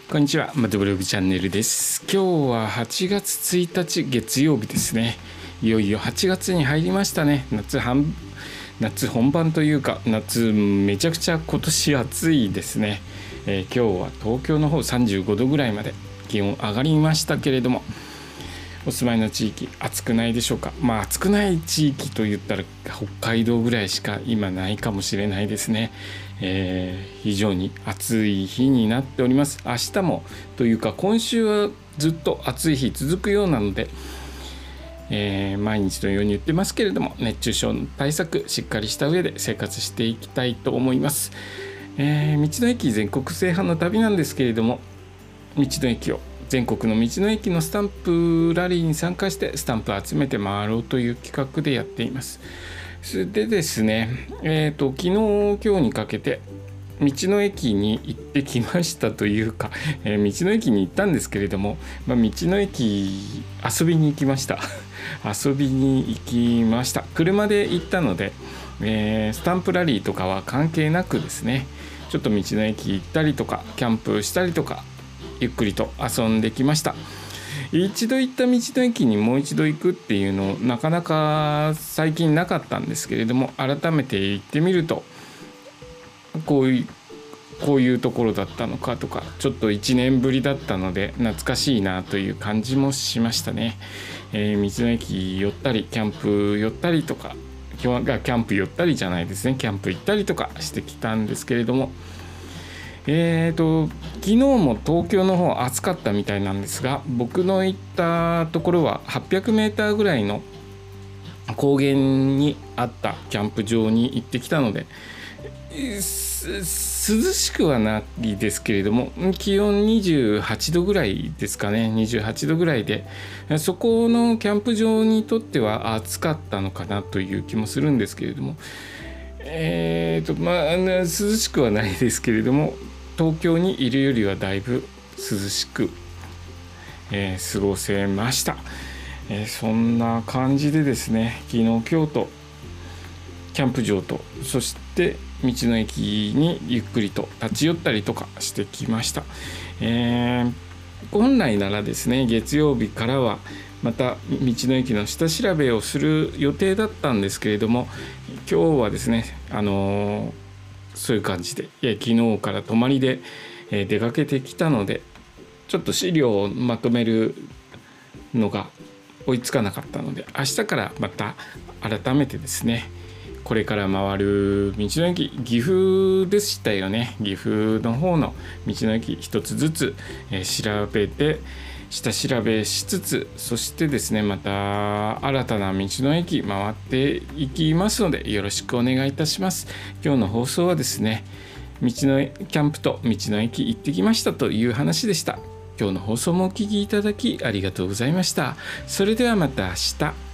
こんにちは、マトブログチャンネルです。今日は8月1日月曜日ですね。いよいよ8月に入りましたね。夏本番というか、夏めちゃくちゃ今年暑いですね。今日は東京の方35度ぐらいまで気温上がりましたけれども、お住まいの地域暑くないでしょうか。暑くない地域と言ったら北海道ぐらいしか今ないかもしれないですね。非常に暑い日になっております。明日もというか今週はずっと暑い日続くようなので、毎日のように言ってますけれども、熱中症の対策しっかりした上で生活していきたいと思います。道の駅全国制覇の旅なんですけれども、全国の道の駅のスタンプラリーに参加してスタンプ集めて回ろうという企画でやっています。それでですね、昨日今日にかけて道の駅に行ってきましたというか、道の駅に行ったんですけれども、道の駅遊びに行きました車で行ったので、スタンプラリーとかは関係なくですね、ちょっと道の駅行ったりとかキャンプしたりとかゆっくりと遊んできました。一度行った道の駅にもう一度行くっていうのなかなか最近なかったんですけれども、改めて行ってみるとこういうところだったのかとか、ちょっと1年ぶりだったので懐かしいなという感じもしましたね。道の駅寄ったりキャンプ寄ったりとか、キャンプ寄ったりじゃないですね、キャンプ行ったりとかしてきたんですけれども、昨日も東京の方暑かったみたいなんですが、僕の行ったところは800メーターぐらいの高原にあったキャンプ場に行ってきたので、涼しくはないですけれども、気温28度ぐらいですかね。28度ぐらいで、そこのキャンプ場にとっては暑かったのかなという気もするんですけれども、涼しくはないですけれども、東京にいるよりはだいぶ涼しく、過ごせました。そんな感じでですね、昨日今日とキャンプ場と、そして道の駅にゆっくりと立ち寄ったりとかしてきました。本来ならですね、月曜日からはまた道の駅の下調べをする予定だったんですけれども、今日はですね、そういう感じで昨日から泊まりで出かけてきたので、ちょっと資料をまとめるのが追いつかなかったので、明日からまた改めてですね、これから回る道の駅、岐阜でしたよね。岐阜の方の道の駅一つずつ調べて下調べしつつ、そしてですね、また新たな道の駅回っていきますのでよろしくお願いいたします。今日の放送はですね、キャンプと道の駅行ってきましたという話でした。今日の放送もお聞きいただきありがとうございました。それではまた明日。